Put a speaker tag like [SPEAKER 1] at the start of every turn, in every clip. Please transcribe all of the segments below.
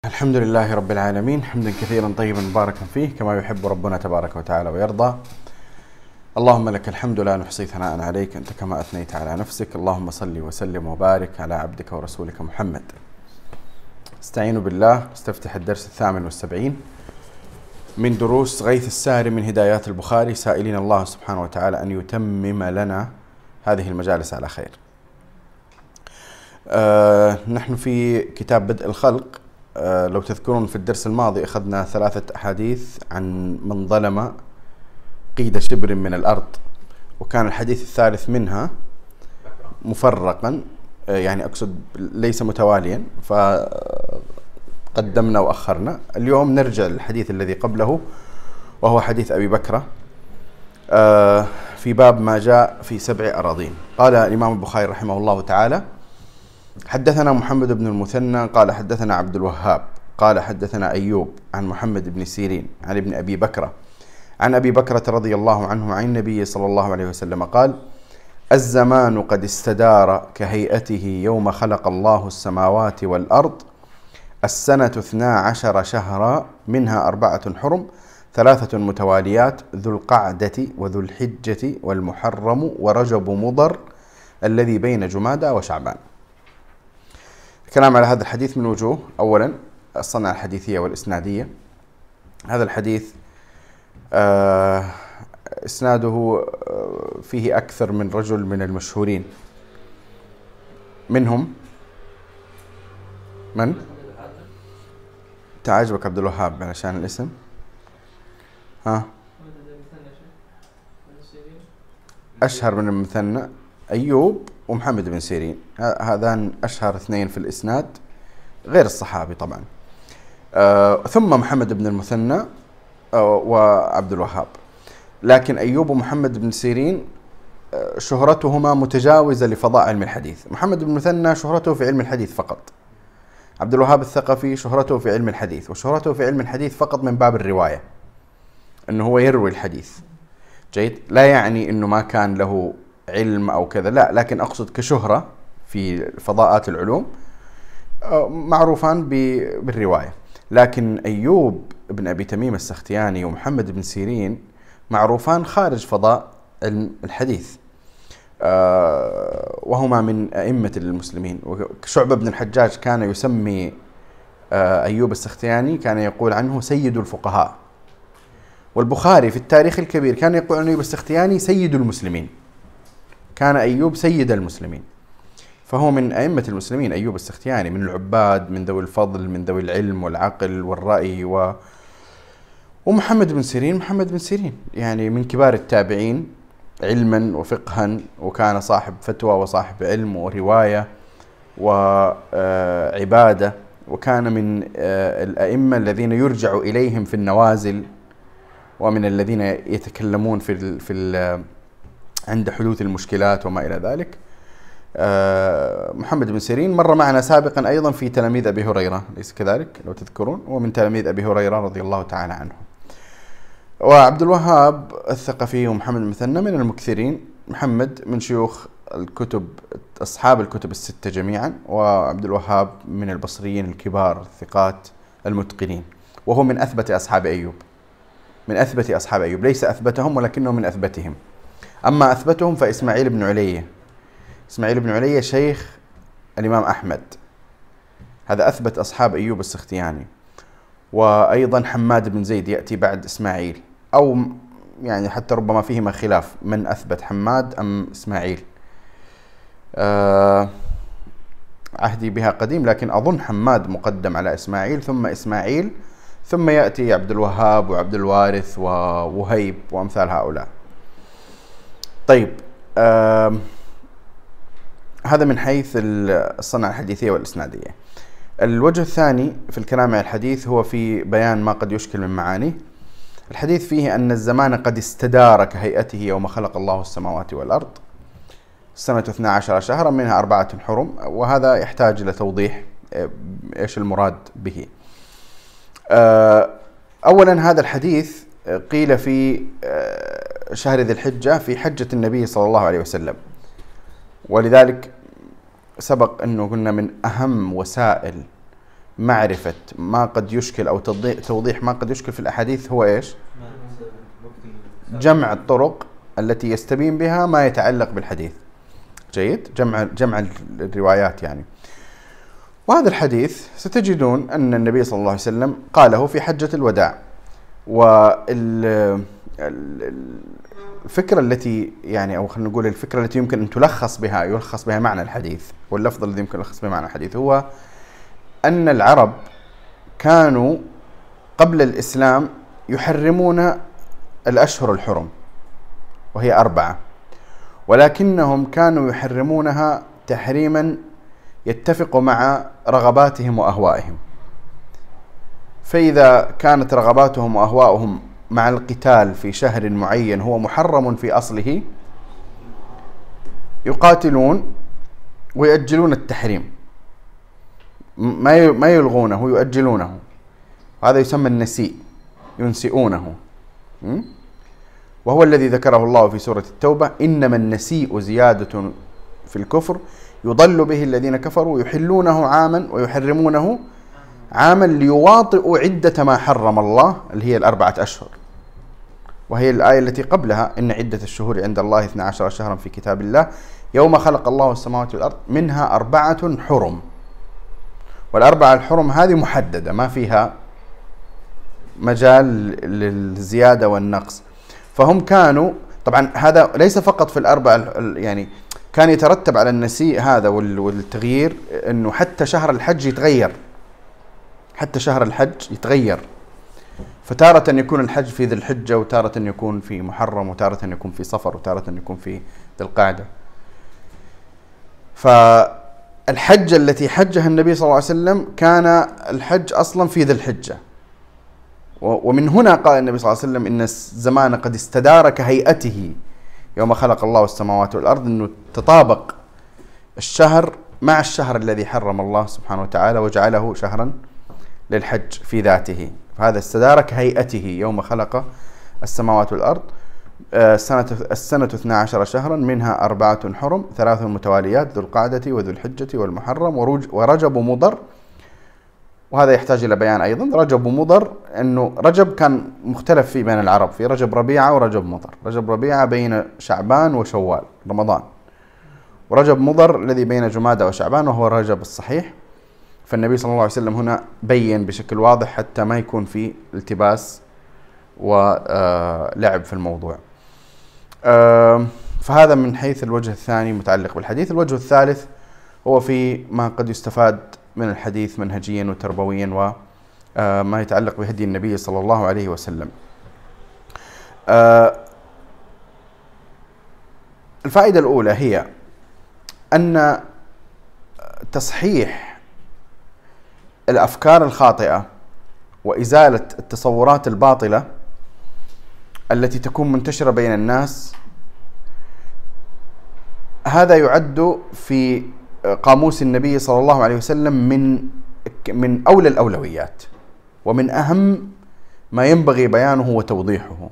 [SPEAKER 1] الحمد لله رب العالمين حمدا كثيرا طيبا مباركا فيه كما يحب ربنا تبارك وتعالى ويرضى. اللهم لك الحمد لا نحصي ثناء عليك أنت كما أثنيت على نفسك. اللهم صل وسلم وبارك على عبدك ورسولك محمد. استعينوا بالله. استفتح الدرس 78 من دروس غيث الساري من هدايات البخاري، سائلين الله سبحانه وتعالى أن يتمم لنا هذه المجالس على خير. نحن في كتاب بدء الخلق. لو تذكرون في الدرس الماضي أخذنا 3 أحاديث عن من ظلم قيد شبر من الأرض، وكان الحديث الثالث منها مفرقا، يعني أقصد ليس متواليا، فقدمنا وأخرنا. اليوم نرجع للحديث الذي قبله وهو حديث أبي بكرة في باب ما جاء في 7 أراضين. قال الإمام البخاري رحمه الله تعالى: حدثنا محمد بن المثنى قال حدثنا عبد الوهاب قال حدثنا أيوب عن محمد بن سيرين عن ابن أبي بكرة عن أبي بكرة رضي الله عنه عن النبي صلى الله عليه وسلم قال: الزمان قد استدار كهيئته يوم خلق الله السماوات والأرض، السنة 12 شهرا منها 4 حرم 3 متواليات، ذو القعدة وذو الحجة والمحرم ورجب مضر الذي بين جمادى وشعبان. الكلام على هذا الحديث من وجوه. أولا الصنعة الحديثية والإسنادية. هذا الحديث إسناده فيه أكثر من رجل من المشهورين، منهم من؟ تعجبك عبد الوهاب علشان الاسم؟ أشهر من المثنى أيوب ومحمد بن سيرين، هذان أشهر 2 في الإسناد غير الصحابي طبعا. ثم محمد بن المثنى وعبد الوهاب. لكن أيوب ومحمد بن سيرين شهرتهما متجاوزة لفضاء علم الحديث. محمد بن المثنى شهرته في علم الحديث فقط، عبد الوهاب الثقفي شهرته في علم الحديث، وشهرته في علم الحديث فقط من باب الرواية، أنه هو يروي الحديث جيد، لا يعني أنه ما كان له علم أو كذا، لا، لكن أقصد كشهرة في فضاءات العلوم معروفان بالرواية. لكن أيوب بن أبي تميم السختياني ومحمد بن سيرين معروفان خارج فضاء علم الحديث، وهما من أئمة المسلمين. وشعبة بن الحجاج كان يسمي أيوب السختياني، كان يقول عنه سيد الفقهاء. والبخاري في التاريخ الكبير كان يقول عن أيوب السختياني سيد المسلمين، كان أيوب سيد المسلمين، فهو من أئمة المسلمين. أيوب السختياني من العباد، من ذوي الفضل، من ذوي العلم والعقل والرأي. ومحمد بن سيرين، محمد بن سيرين يعني من كبار التابعين علما وفقها، وكان صاحب فتوى وصاحب علم ورواية وعبادة، وكان من الأئمة الذين يرجع إليهم في النوازل، ومن الذين يتكلمون في عند حدوث المشكلات وما إلى ذلك. محمد بن سيرين مر معنا سابقا أيضا في تلاميذ أبي هريرة، ليس كذلك لو تذكرون؟ ومن تلاميذ أبي هريرة رضي الله تعالى عنه. وعبد الوهاب الثقفي ومحمد المثنى من المكثرين. محمد من شيوخ الكتب أصحاب الكتب ال6 جميعا، وعبد الوهاب من البصريين الكبار الثقات المتقنين، وهو من أثبت أصحاب أيوب، من أثبت أصحاب أيوب، ليس أثبتهم ولكنه من أثبتهم. أما أثبتهم فإسماعيل بن علية، إسماعيل بن علية شيخ الإمام أحمد، هذا أثبت أصحاب أيوب السختياني. وأيضا حماد بن زيد يأتي بعد إسماعيل، أو يعني حتى ربما فيهما خلاف من أثبت، حماد أم إسماعيل. عهدي بها قديم، لكن أظن حماد مقدم على إسماعيل، ثم إسماعيل، ثم يأتي عبد الوهاب وعبد الوارث ووهيب وأمثال هؤلاء. طيب، هذا من حيث الصنعة الحديثية والإسنادية. الوجه الثاني في الكلام عن الحديث هو في بيان ما قد يشكل من معانيه. الحديث فيه أن الزمان قد استدار كهيئته يوم خلق الله السماوات والأرض، السنة 12 شهرا منها 4 حرم، وهذا يحتاج إلى توضيح إيش المراد به. أولا هذا الحديث قيل في شهر ذي الحجة في حجة النبي صلى الله عليه وسلم، ولذلك سبق أنه قلنا من أهم وسائل معرفة ما قد يشكل أو توضيح ما قد يشكل في الأحاديث هو إيش؟ جمع الطرق التي يستبين بها ما يتعلق بالحديث. جيد، جمع الروايات يعني. وهذا الحديث ستجدون أن النبي صلى الله عليه وسلم قاله في حجة الوداع. والفكرة التي يعني، أو خلينا نقول الفكرة التي يمكن أن يلخص بها معنى الحديث، واللفظ الذي يمكن يلخص بها معنى الحديث، هو أن العرب كانوا قبل الإسلام يحرمون الأشهر الحرم، وهي 4، ولكنهم كانوا يحرمونها تحريما يتفق مع رغباتهم وأهوائهم. فإذا كانت رغباتهم وأهوائهم مع القتال في شهر معين هو محرم في أصله، يقاتلون ويؤجلون التحريم، ما يلغونه، يؤجلونه. هذا يسمى النسيء، ينسئونه، وهو الذي ذكره الله في سورة التوبة: إنما النسيء زيادة في الكفر يضل به الذين كفروا يحلونه عاما ويحرمونه عاما ليواطئوا عدة ما حرم الله، اللي هي 4 أشهر. وهي الآية التي قبلها: إن عدة الشهور عند الله 12 شهرا في كتاب الله يوم خلق الله السماوات والأرض منها 4 حرم. وال4 الحرم هذه محددة، ما فيها مجال للزيادة والنقص. فهم كانوا طبعا، هذا ليس فقط في ال4 يعني، كان يترتب على النسيء هذا والتغيير أنه حتى شهر الحج يتغير، فتارة يكون الحج في ذي الحجة، وتارة يكون في محرم، وتارة يكون في صفر، وتارة يكون في ذي القعدة. فالحجة التي حجها النبي صلى الله عليه وسلم كان الحج أصلا في ذي الحجة. ومن هنا قال النبي صلى الله عليه وسلم: إن الزمان قد استدار كهيئته يوم خلق الله السماوات والأرض، أنه تطابق الشهر مع الشهر الذي حرم الله سبحانه وتعالى وجعله شهرا للحج في ذاته. فهذا استدار كهيئته يوم خلق السماوات والأرض. السنة 12 شهرا منها 4 حرم، 3 متواليات: ذو القعدة وذو الحجة والمحرم ورجب مضر. وهذا يحتاج إلى بيان أيضا. رجب ومضر، أنه رجب كان مختلف فيه بين العرب، في رجب ربيعة ورجب مضر. رجب ربيعة بين شعبان وشوال رمضان، ورجب مضر الذي بين جمادى وشعبان وهو رجب الصحيح. فالنبي صلى الله عليه وسلم هنا بين بشكل واضح حتى ما يكون في التباس ولعب في الموضوع. فهذا من حيث الوجه الثاني متعلق بالحديث. الوجه الثالث هو في ما قد يستفاد من الحديث منهجيا وتربويا وما يتعلق بهدي النبي صلى الله عليه وسلم. الفائدة الأولى هي أن تصحيح الأفكار الخاطئة وإزالة التصورات الباطلة التي تكون منتشرة بين الناس، هذا يعد في قاموس النبي صلى الله عليه وسلم من أولى الأولويات، ومن أهم ما ينبغي بيانه وتوضيحه.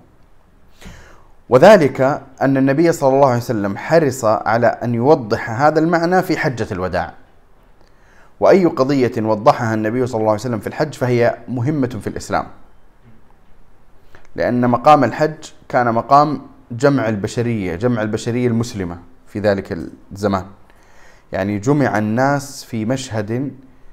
[SPEAKER 1] وذلك أن النبي صلى الله عليه وسلم حرص على أن يوضح هذا المعنى في حجة الوداع. وأي قضية وضحها النبي صلى الله عليه وسلم في الحج فهي مهمة في الإسلام، لأن مقام الحج كان مقام جمع البشرية المسلمة في ذلك الزمان. يعني جمع الناس في مشهد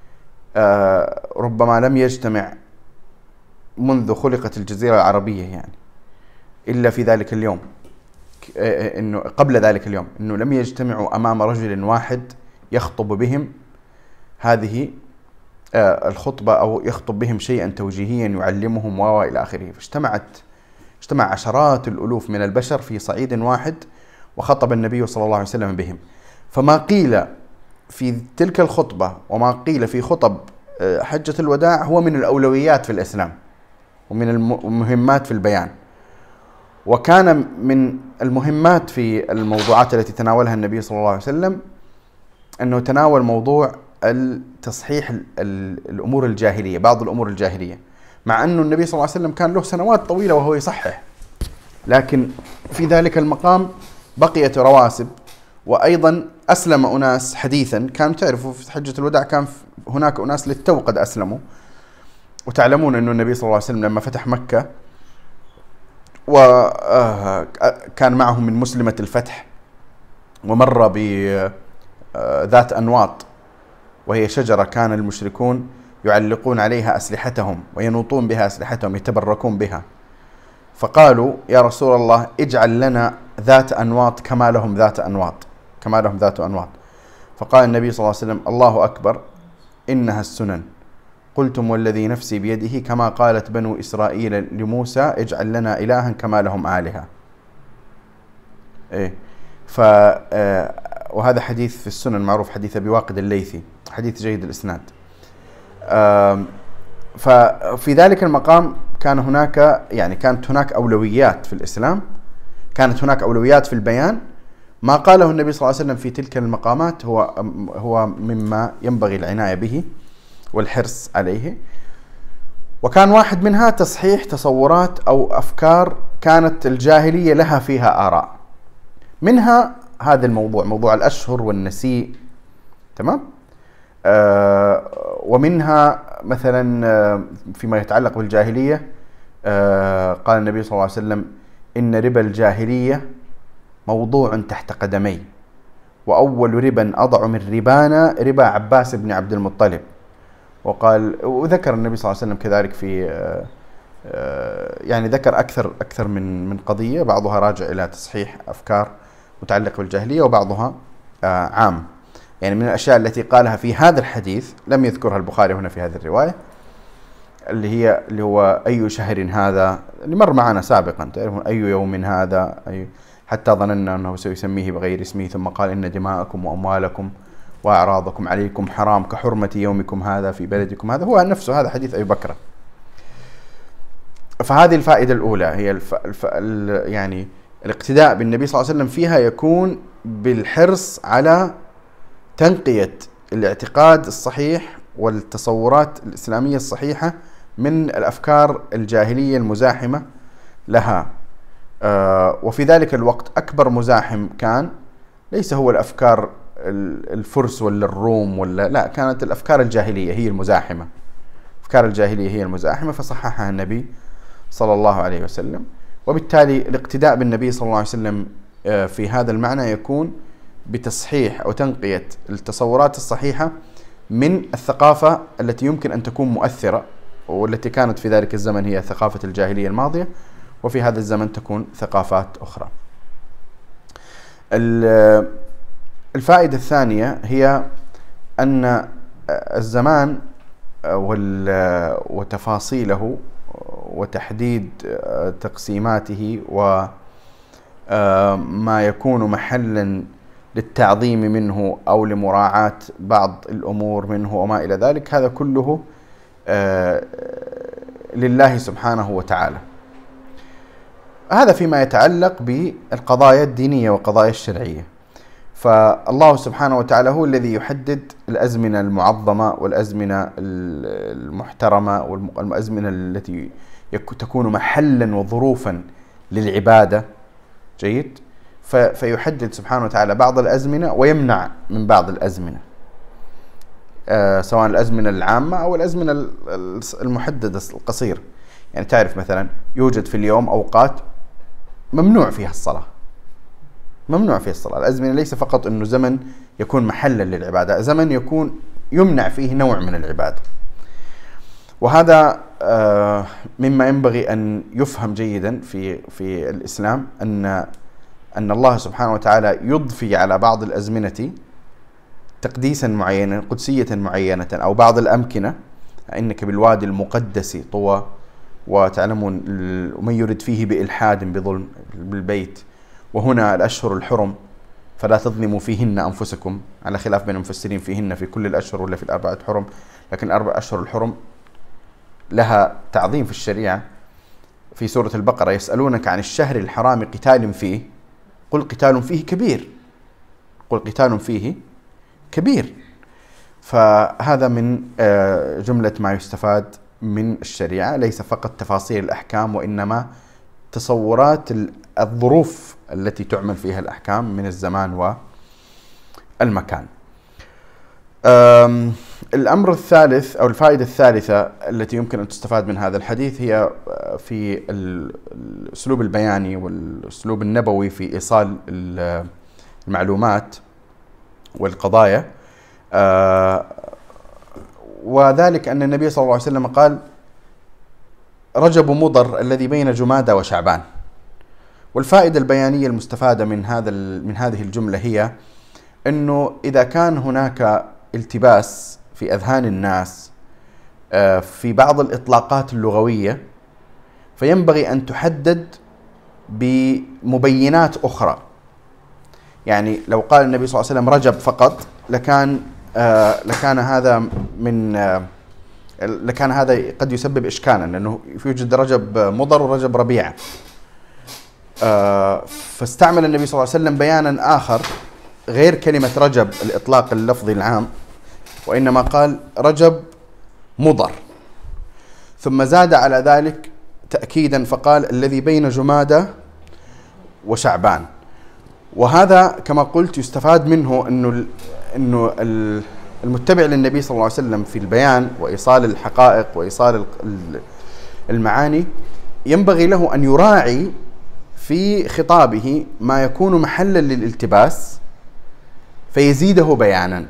[SPEAKER 1] ربما لم يجتمع منذ خلقت الجزيرة العربية يعني إلا في ذلك اليوم، إنه قبل ذلك اليوم إنه لم يجتمعوا أمام رجل واحد يخطب بهم هذه الخطبة أو يخطب بهم شيئا توجيهيا يعلمهم وإلى آخره. اجتمع عشرات الألوف من البشر في صعيد واحد وخطب النبي صلى الله عليه وسلم بهم. فما قيل في تلك الخطبة وما قيل في خطب حجة الوداع هو من الأولويات في الإسلام ومن المهمات في البيان. وكان من المهمات في الموضوعات التي تناولها النبي صلى الله عليه وسلم أنه تناول موضوع التصحيح الأمور الجاهلية، بعض الأمور الجاهلية، مع أنه النبي صلى الله عليه وسلم كان له سنوات طويلة وهو يصحح، لكن في ذلك المقام بقيت رواسب. وأيضا أسلم أناس حديثا، كانوا تعرفوا في حجة الوداع كان هناك أناس للتو قد أسلموا، وتعلمون أن النبي صلى الله عليه وسلم لما فتح مكة وكان معهم من مسلمة الفتح، ومر بذات أنواط، وهي شجرة كان المشركون يعلقون عليها أسلحتهم وينوطون بها أسلحتهم، يتبركون بها، فقالوا يا رسول الله اجعل لنا ذات أنواط كما لهم ذات أنواط، كما لهم ذات أنواط. فقال النبي صلى الله عليه وسلم الله أكبر إنها السنن، قلتم والذي نفسي بيده كما قالت بنو إسرائيل لموسى اجعل لنا إلها كما لهم آلهة. إيه وهذا حديث في السنن معروف، حديث أبي واقد الليثي، حديث جيد الإسناد. ففي ذلك المقام كان هناك كانت هناك أولويات في الإسلام، كانت هناك أولويات في البيان. ما قاله النبي صلى الله عليه وسلم في تلك المقامات هو مما ينبغي العناية به والحرص عليه. وكان واحد منها تصحيح تصورات أو أفكار كانت الجاهلية لها فيها آراء، منها هذا الموضوع، موضوع الأشهر والنسيء، تمام. ومنها مثلا فيما يتعلق بالجاهلية قال النبي صلى الله عليه وسلم إن ربا الجاهلية موضوع تحت قدمي، وأول ربا أضع من ربانا ربا عباس بن عبد المطلب. وذكر النبي صلى الله عليه وسلم كذلك في ذكر أكثر من قضية، بعضها راجع إلى تصحيح أفكار متعلقة بالجاهلية، وبعضها عام. من الأشياء التي قالها في هذا الحديث لم يذكرها البخاري هنا في هذه الرواية، اللي هو أي شهر هذا، اللي مر معنا سابقا، تعرفون أي يوم هذا، حتى ظننا أنه سيسميه بغير اسمه، ثم قال إن دماءكم وأموالكم وأعراضكم عليكم حرام كحرمة يومكم هذا في بلدكم هذا، هو نفسه هذا حديث أبي بكر. فهذه الفائدة الأولى، هي الاقتداء بالنبي صلى الله عليه وسلم فيها يكون بالحرص على تنقية الاعتقاد الصحيح والتصورات الإسلامية الصحيحة من الأفكار الجاهلية المزاحمة لها. وفي ذلك الوقت أكبر مزاحم كان ليس هو الأفكار الفرس ولا الروم لا، كانت الأفكار الجاهلية هي المزاحمة، أفكار الجاهلية هي المزاحمة، فصححها النبي صلى الله عليه وسلم. وبالتالي الاقتداء بالنبي صلى الله عليه وسلم في هذا المعنى يكون بتصحيح أو تنقية التصورات الصحيحة من الثقافة التي يمكن أن تكون مؤثرة، والتي كانت في ذلك الزمن هي ثقافة الجاهلية الماضية، وفي هذا الزمن تكون ثقافات أخرى. الفائدة الثانية هي أن الزمان وتفاصيله وتحديد تقسيماته وما يكون محلا للتعظيم منه أو لمراعاة بعض الأمور منه وما إلى ذلك، هذا كله لله سبحانه وتعالى. هذا فيما يتعلق بالقضايا الدينية والقضايا الشرعية. فالله سبحانه وتعالى هو الذي يحدد الأزمنة المعظمة والأزمنة المحترمة والأزمنة التي تكون محلا وظروفا للعبادة. جيد. فيحدد سبحانه وتعالى بعض الأزمنة ويمنع من بعض الأزمنة، سواء الأزمنة العامة أو الأزمنة المحددة القصير. تعرف مثلا يوجد في اليوم أوقات ممنوع فيها الصلاة، ممنوع فيها الصلاة. الأزمنة ليس فقط أنه زمن يكون محلا للعبادة، زمن يكون يمنع فيه نوع من العبادة. وهذا مما ينبغي أن يفهم جيدا في الإسلام، أن الله سبحانه وتعالى يضفي على بعض الأزمنة تقديسا معينا، قدسية معينة، أو بعض الأمكنة، إنك بالوادي المقدس طوى، وتعلمون ومن يرد فيه بإلحاد بظلم بالبيت، وهنا الأشهر الحرم فلا تظلموا فيهن أنفسكم، على خلاف بين المفسرين فيهن في كل الأشهر ولا في الأربعة حرم، لكن الأربع أشهر الحرم لها تعظيم في الشريعة. في سورة البقرة يسألونك عن الشهر الحرام قتال فيه قل قتال فيه كبير، قل قتال فيه كبير. فهذا من جملة ما يستفاد من الشريعة، ليس فقط تفاصيل الأحكام، وإنما تصورات الظروف التي تعمل فيها الأحكام من الزمان المكان. الأمر الثالث أو الفائدة الثالثة التي يمكن أن تستفاد من هذا الحديث هي في الأسلوب البياني والأسلوب النبوي في إيصال المعلومات والقضايا، وذلك أن النبي صلى الله عليه وسلم قال: رجب مضر الذي بين جمادى وشعبان. والفائدة البيانية المستفادة من هذه الجملة هي أنه إذا كان هناك التباس في أذهان الناس في بعض الإطلاقات اللغوية، فينبغي أن تحدد بمبينات أخرى. يعني لو قال النبي صلى الله عليه وسلم رجب فقط لكان هذا قد يسبب إشكالا، لأنه يوجد رجب مضر ورجب ربيع. فاستعمل النبي صلى الله عليه وسلم بيانا آخر غير كلمة رجب الإطلاق اللفظي العام، وإنما قال رجب مضر، ثم زاد على ذلك تأكيدا فقال الذي بين جمادى وشعبان. وهذا كما قلت يستفاد منه أنه المتبع للنبي صلى الله عليه وسلم في البيان وإيصال الحقائق وإيصال المعاني ينبغي له أن يراعي في خطابه ما يكون محلا للالتباس فيزيده بيانا،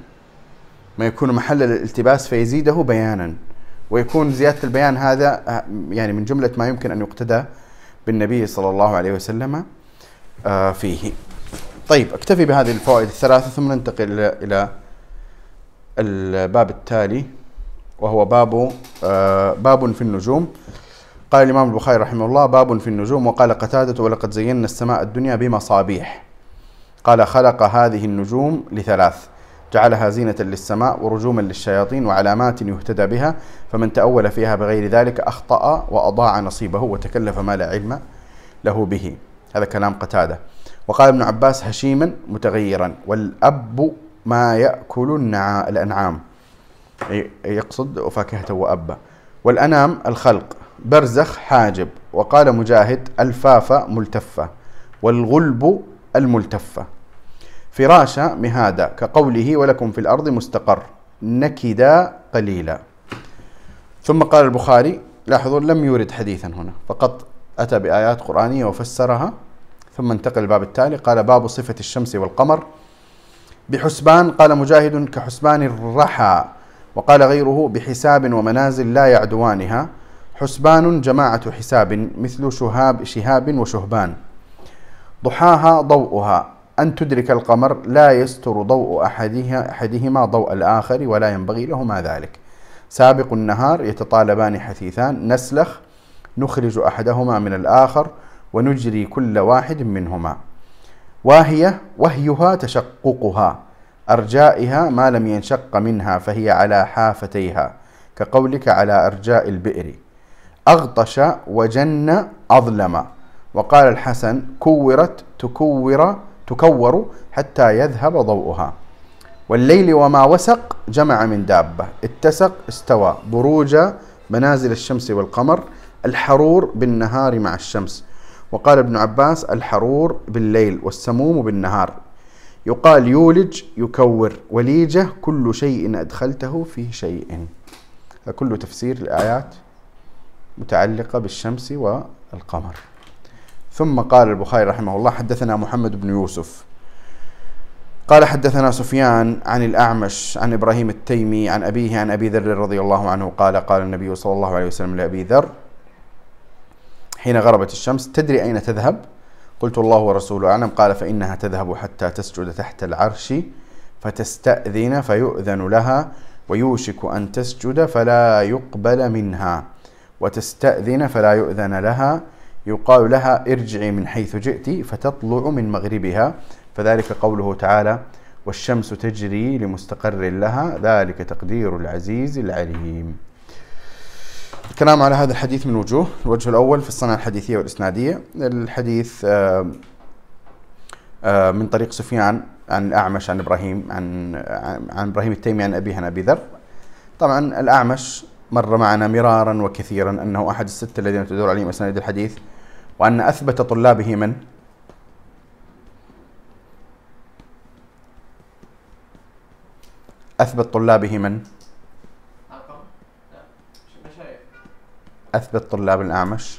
[SPEAKER 1] ويكون زيادة البيان هذا يعني من جملة ما يمكن أن يقتدى بالنبي صلى الله عليه وسلم فيه. طيب، أكتفي بهذه الفوائد الثلاثة ثم ننتقل إلى الباب التالي، وهو باب في النجوم. قال الإمام البخاري رحمه الله: باب في النجوم. وقال قتادة: ولقد زينا السماء الدنيا بمصابيح. قال: خلق هذه النجوم لثلاث: جعلها زينة للسماء ورجوما للشياطين وعلامات يهتدى بها، فمن تأول فيها بغير ذلك أخطأ وأضاع نصيبه وتكلف ما لا علم له به. هذا كلام قتادة. وقال ابن عباس: هشيما متغيرا، والأب ما يأكل الأنعام، يقصد وفاكهة وأبا، والأنام الخلق، برزخ حاجب. وقال مجاهد: الفافة ملتفة، والغلب الملتفة، فراشة مهادة، كقوله: ولكم في الأرض مستقر، نكدا قليلا. ثم قال البخاري: لاحظوا لم يورد حديثا هنا، فقط أتى بآيات قرآنية وفسرها. ثم انتقل الباب التالي، قال: باب صفة الشمس والقمر بحسبان. قال مجاهد: كحسبان الرحى. وقال غيره: بحساب ومنازل لا يعدوانها. حسبان جماعة حساب، مثل شهاب وشهبان. ضحاها ضوءها، أن تدرك القمر، لا يستر ضوء أحدهما ضوء الآخر ولا ينبغي لهما ذلك. سابق النهار، يتطالبان حثيثان، نسلخ نخرج أحدهما من الآخر ونجري كل واحد منهما. وهيها تشققها، أرجائها ما لم ينشق منها، فهي على حافتيها، كقولك على أرجاء البئر. أغطش وجن أظلم. وقال الحسن: كورت تكور حتى يذهب ضوءها. والليل وما وسق، جمع من دابة، اتسق استوى، بروج منازل الشمس والقمر، الحرور بالنهار مع الشمس. وقال ابن عباس: الحرور بالليل والسموم بالنهار. يقال يولج يكور، وليجة كل شيء أدخلته في شيء. كل تفسير الآيات متعلقة بالشمس والقمر. ثم قال البخاري رحمه الله: حدثنا محمد بن يوسف قال حدثنا سفيان عن الأعمش عن إبراهيم التيمي عن أبيه عن أبي ذر رضي الله عنه قال: قال النبي صلى الله عليه وسلم لأبي ذر حين غربت الشمس: تدري أين تذهب؟ قلت: الله ورسوله أعلم. قال: فإنها تذهب حتى تسجد تحت العرش فتستأذن فيؤذن لها، ويوشك أن تسجد فلا يقبل منها، وتستأذن فلا يؤذن لها، يقال لها: ارجعي من حيث جئت، فتطلع من مغربها، فذلك قوله تعالى: والشمس تجري لمستقر لها، ذلك تقدير العزيز العليم. الكلام على هذا الحديث من وجوه. الوجه الأول في الصنعة الحديثية والإسنادية. الحديث من طريق سفيان عن الأعمش عن إبراهيم عن إبراهيم التيمي عن أبيه عن أبي ذر. طبعا الأعمش مر معنا مرارا وكثيرا أنه أحد الستة الذين تدور عليهم أسانيد الحديث، وأن أثبت طلابه من أثبت طلابه من؟ أثبت طلاب الأعمش.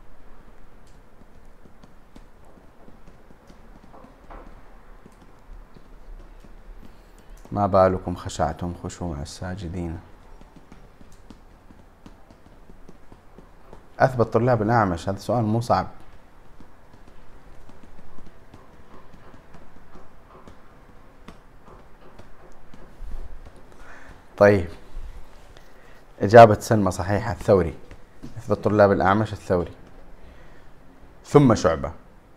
[SPEAKER 1] ما بالكم خشعتم خشوع الساجدين. أثبت طلاب الأعمش، هذا سؤال مو صعب. طيب، إجابة سلمى صحيحة، الثوري. أثبت طلاب الأعمش الثوري، ثم شعبة،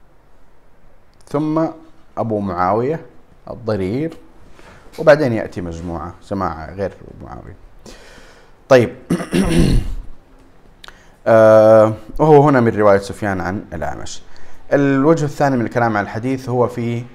[SPEAKER 1] ثم أبو معاوية الضرير، وبعدين يأتي جماعة غير معاوية. طيب وهو هنا من رواية سفيان عن الأعمش. الوجه الثاني من الكلام عن الحديث هو في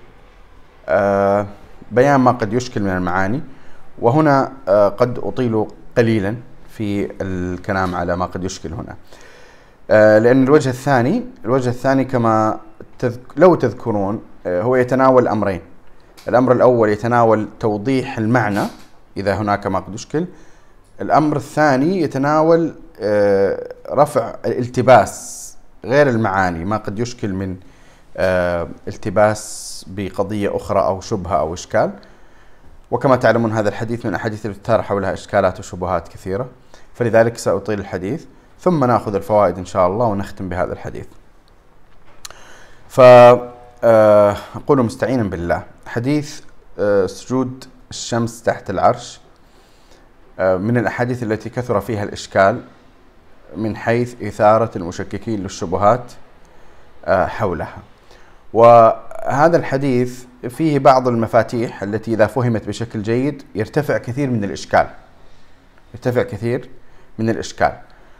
[SPEAKER 1] بيان ما قد يشكل من المعاني، وهنا قد أطيل قليلا في الكلام على ما قد يشكل هنا، لأن الوجه الثاني كما لو تذكرون هو يتناول أمرين. الأمر الأول يتناول توضيح المعنى إذا هناك ما قد يشكل. الأمر الثاني يتناول رفع الالتباس غير المعاني، ما قد يشكل من التباس بقضية أخرى أو شبهة أو إشكال. وكما تعلمون هذا الحديث من الأحاديث التي تثار حولها إشكالات وشبهات كثيرة، فلذلك سأطيل الحديث ثم نأخذ الفوائد إن شاء الله ونختم بهذا الحديث. فأقول مستعينا بالله، حديث سجود الشمس تحت العرش من الأحاديث التي كثر فيها الإشكال من حيث إثارة المشككين للشبهات حولها. وهذا الحديث فيه بعض المفاتيح التي إذا فهمت بشكل جيد يرتفع كثير من الإشكال.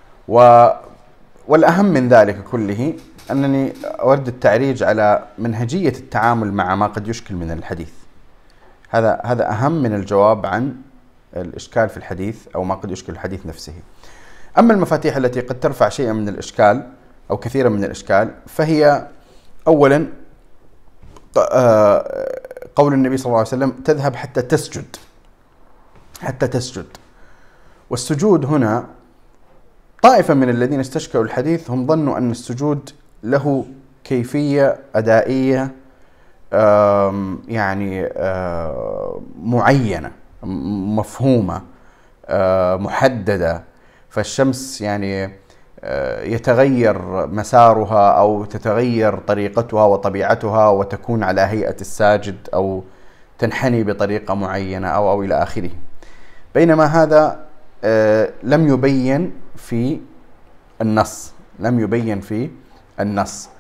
[SPEAKER 1] والأهم من ذلك كله أنني أود التعريج على منهجية التعامل مع ما قد يشكل من الحديث. هذا أهم من الجواب عن الإشكال في الحديث أو ما قد يشكل الحديث نفسه. أما المفاتيح التي قد ترفع شيئا من الإشكال أو كثيرا من الإشكال، فهي أولا قول النبي صلى الله عليه وسلم تذهب حتى تسجد. والسجود هنا طائفة من الذين استشكلوا الحديث هم ظنوا أن السجود له كيفية أدائية يعني معينة مفهومة محددة، فالشمس يعني يتغير مسارها أو تتغير طريقتها وطبيعتها وتكون على هيئة الساجد أو تنحني بطريقة معينة أو إلى آخره. بينما هذا لم يبين في النص،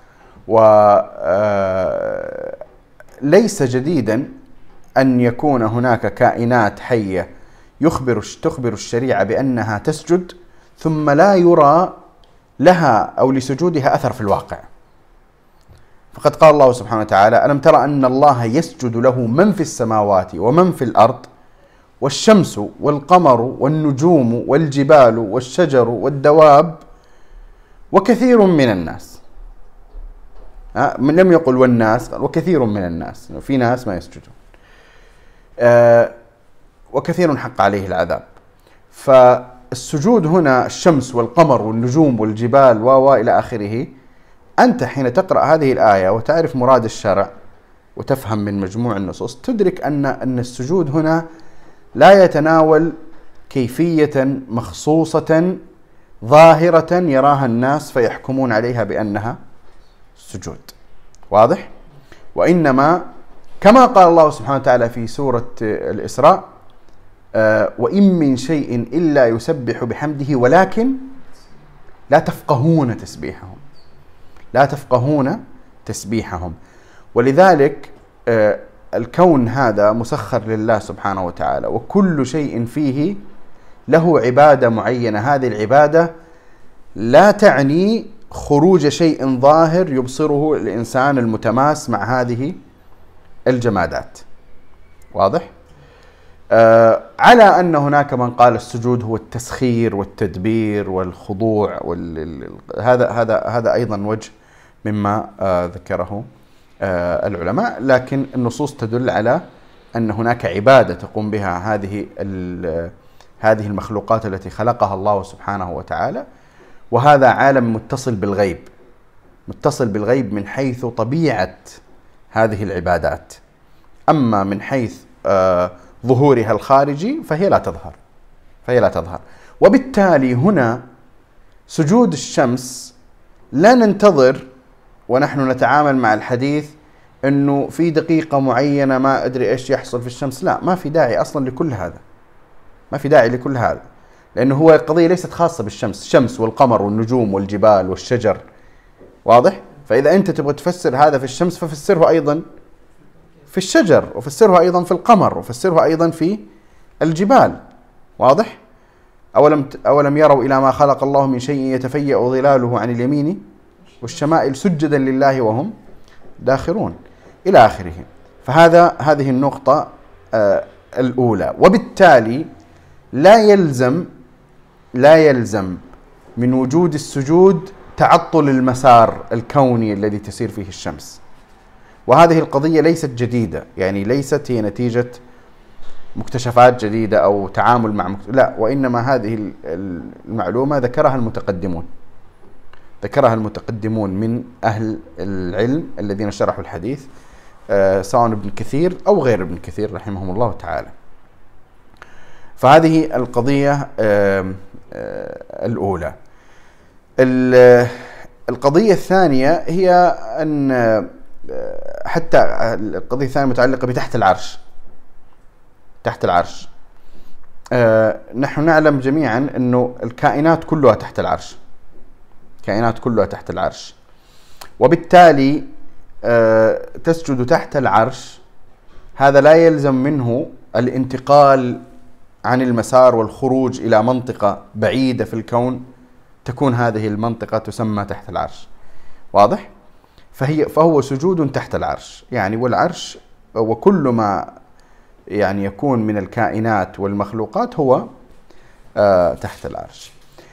[SPEAKER 1] وليس جديدا أن يكون هناك كائنات حية تخبر الشريعة بأنها تسجد ثم لا يرى لها أو لسجودها أثر في الواقع. فقد قال الله سبحانه وتعالى: ألم ترى أن الله يسجد له من في السماوات ومن في الأرض والشمس والقمر والنجوم والجبال والشجر والدواب وكثير من الناس. لم يقل والناس، قال وكثير من الناس، في ناس ما يسجدون، وكثير حق عليه العذاب. فالسجود هنا الشمس والقمر والنجوم والجبال وإلى آخره. أنت حين تقرأ هذه الآية وتعرف مراد الشرع وتفهم من مجموع النصوص تدرك أن السجود هنا لا يتناول كيفية مخصوصة ظاهرة يراها الناس فيحكمون عليها بأنها سجود، واضح؟ وإنما كما قال الله سبحانه وتعالى في سورة الإسراء: وإن من شيء إلا يسبح بحمده ولكن لا تفقهون تسبيحهم. ولذلك الكون هذا مسخر لله سبحانه وتعالى، وكل شيء فيه له عبادة معينة. هذه العبادة لا تعني خروج شيء ظاهر يبصره الإنسان المتماس مع هذه الجمادات، واضح؟ على أن هناك من قال السجود هو التسخير والتدبير والخضوع هذا أيضا وجه مما ذكره العلماء، لكن النصوص تدل على أن هناك عبادة تقوم بها هذه المخلوقات التي خلقها الله سبحانه وتعالى، وهذا عالم متصل بالغيب، متصل بالغيب من حيث طبيعة هذه العبادات. أما من حيث ظهورها الخارجي فهي لا تظهر. وبالتالي هنا سجود الشمس لا ننتظر ونحن نتعامل مع الحديث أنه في دقيقة معينة ما أدري إيش يحصل في الشمس. لا، ما في داعي أصلا لكل هذا، ما في داعي لكل هذا، لأنه هو القضية ليست خاصة بالشمس، الشمس والقمر والنجوم والجبال والشجر، واضح؟ فإذا أنت تبغى تفسر هذا في الشمس ففسره أيضا في الشجر، وفسره أيضا في القمر، وفسره أيضا في الجبال، واضح؟ أولم يروا إلى ما خلق الله من شيء يتفيأ ظلاله عن اليمين والشمائل سجدا لله وهم داخرون إلى آخره. هذه النقطة الأولى. وبالتالي لا يلزم من وجود السجود تعطل المسار الكوني الذي تسير فيه الشمس. وهذه القضية ليست جديدة، يعني ليست هي نتيجة مكتشفات جديدة أو تعامل مع لا، وإنما هذه المعلومة ذكرها المتقدمون من أهل العلم الذين شرحوا الحديث، سواء ابن كثير أو غير ابن كثير رحمهم الله تعالى. فهذه القضية الأولى. القضية الثانية هي أن حتى القضية الثانية متعلقة بتحت العرش. تحت العرش نحن نعلم جميعا أنه الكائنات كلها تحت العرش، كائنات كلها تحت العرش، وبالتالي تسجد تحت العرش. هذا لا يلزم منه الانتقال عن المسار والخروج إلى منطقة بعيدة في الكون تكون هذه المنطقة تسمى تحت العرش، واضح؟ فهو سجود تحت العرش، يعني والعرش وكل ما يعني يكون من الكائنات والمخلوقات هو تحت العرش.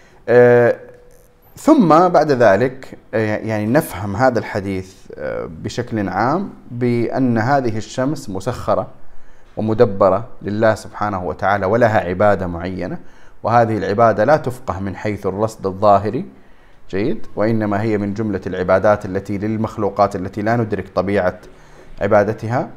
[SPEAKER 1] ثم بعد ذلك يعني نفهم هذا الحديث بشكل عام بأن هذه الشمس مسخرة ومدبرة لله سبحانه وتعالى ولها عبادة معينة، وهذه العبادة لا تفقه من حيث الرصد الظاهري، جيد، وإنما هي من جملة العبادات التي للمخلوقات التي لا ندرك طبيعة عبادتها.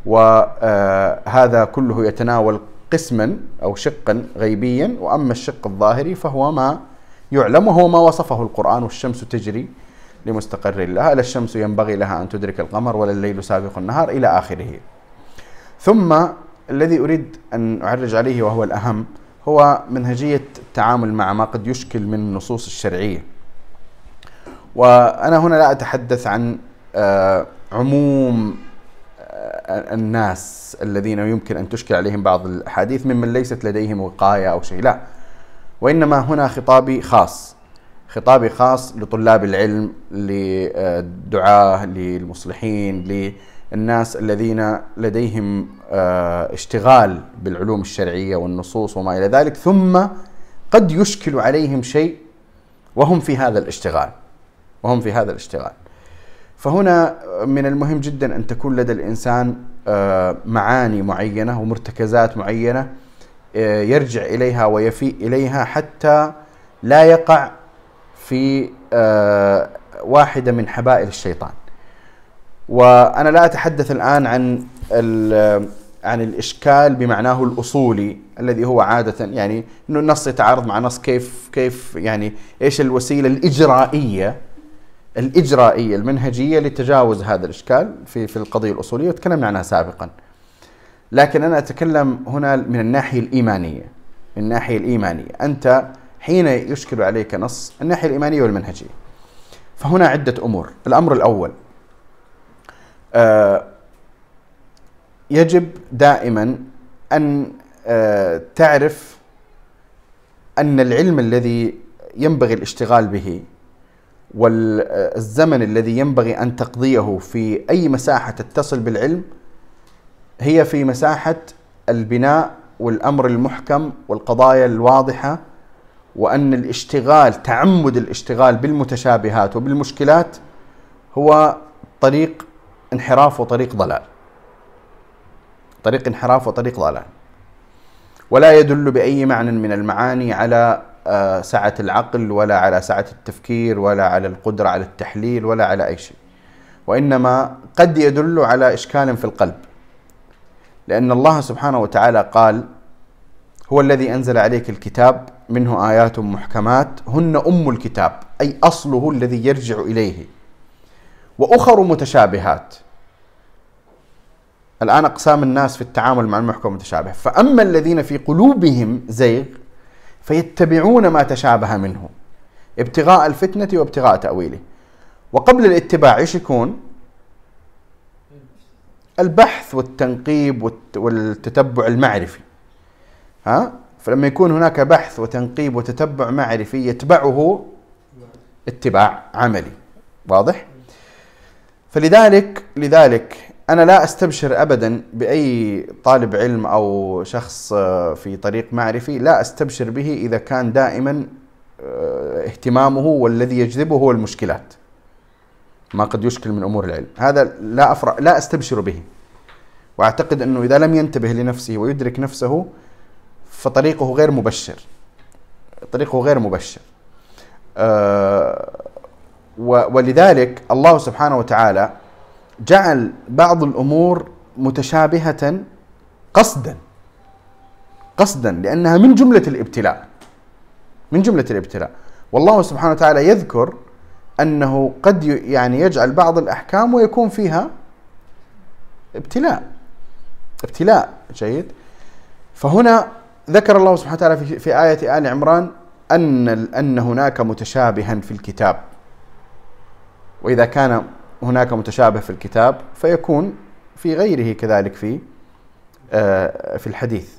[SPEAKER 1] وهذا كله يتناول قسما أو شقا غيبيا، وأما الشق الظاهري فهو ما يعلم، وهو ما وصفه القرآن: والشمس تجري لمستقر لها، لا الشمس ينبغي لها أن تدرك القمر ولا الليل سابق النهار إلى آخره. ثم الذي أريد أن أعرج عليه وهو الأهم هو منهجية التعامل مع ما قد يشكل من النصوص الشرعية. وأنا هنا لا أتحدث عن عموم الناس الذين يمكن أن تشكل عليهم بعض الأحاديث ممن ليست لديهم وقاية أو شيء، لا، وإنما هنا خطابي خاص لطلاب العلم، للدعاة، للمصلحين، للناس الذين لديهم اشتغال بالعلوم الشرعية والنصوص وما إلى ذلك، ثم قد يشكل عليهم شيء وهم في هذا الاشتغال. فهنا من المهم جدا أن تكون لدى الإنسان معاني معينة ومرتكزات معينة يرجع إليها ويفيء إليها حتى لا يقع في واحدة من حبائل الشيطان. وأنا لا أتحدث الآن عن الإشكال بمعناه الأصولي الذي هو عادة يعني إنه النص يتعارض مع نص، كيف يعني إيش الوسيلة الإجرائية المنهجية لتجاوز هذا الإشكال في القضية الأصولية، وتكلمنا عنها سابقا. لكن أنا أتكلم هنا من الناحية الإيمانية. أنت حين يشكل عليك نص، الناحية الإيمانية والمنهجية، فهنا عدة أمور. الأمر الأول، يجب دائما أن تعرف أن العلم الذي ينبغي الاشتغال به والزمن الذي ينبغي أن تقضيه في أي مساحة تتصل بالعلم هي في مساحة البناء والأمر المحكم والقضايا الواضحة، وأن تعمد الاشتغال بالمتشابهات وبالمشكلات هو طريق انحراف وطريق ضلال. طريق انحراف وطريق ضلال، ولا يدل بأي معنى من المعاني على سعة العقل ولا على سعة التفكير ولا على القدرة على التحليل ولا على أي شيء، وإنما قد يدل على إشكال في القلب، لأن الله سبحانه وتعالى قال: هو الذي أنزل عليك الكتاب منه آيات محكمات هن أم الكتاب، أي أصله الذي يرجع إليه، وأخر متشابهات. الآن أقسام الناس في التعامل مع المحكم المتشابه: فأما الذين في قلوبهم زيغ فيتبعون ما تشابه منه ابتغاء الفتنة وابتغاء تأويله. وقبل الاتباع ايش يكون؟ البحث والتنقيب والتتبع المعرفي. فلما يكون هناك بحث وتنقيب وتتبع معرفي يتبعه اتباع عملي. واضح؟ لذلك أنا لا أستبشر أبدا بأي طالب علم أو شخص في طريق معرفي، لا أستبشر به إذا كان دائما اهتمامه والذي يجذبه هو المشكلات، ما قد يشكل من أمور العلم. هذا لا أستبشر به، وأعتقد أنه إذا لم ينتبه لنفسه ويدرك نفسه فطريقه غير مبشر، ولذلك الله سبحانه وتعالى جعل بعض الأمور متشابهة قصدا لأنها من جملة الابتلاء. والله سبحانه وتعالى يذكر أنه قد يجعل بعض الأحكام ويكون فيها ابتلاء. جيد. فهنا ذكر الله سبحانه وتعالى في آية آل عمران أن هناك متشابها في الكتاب، وإذا كان هناك متشابه في الكتاب فيكون في غيره كذلك في الحديث.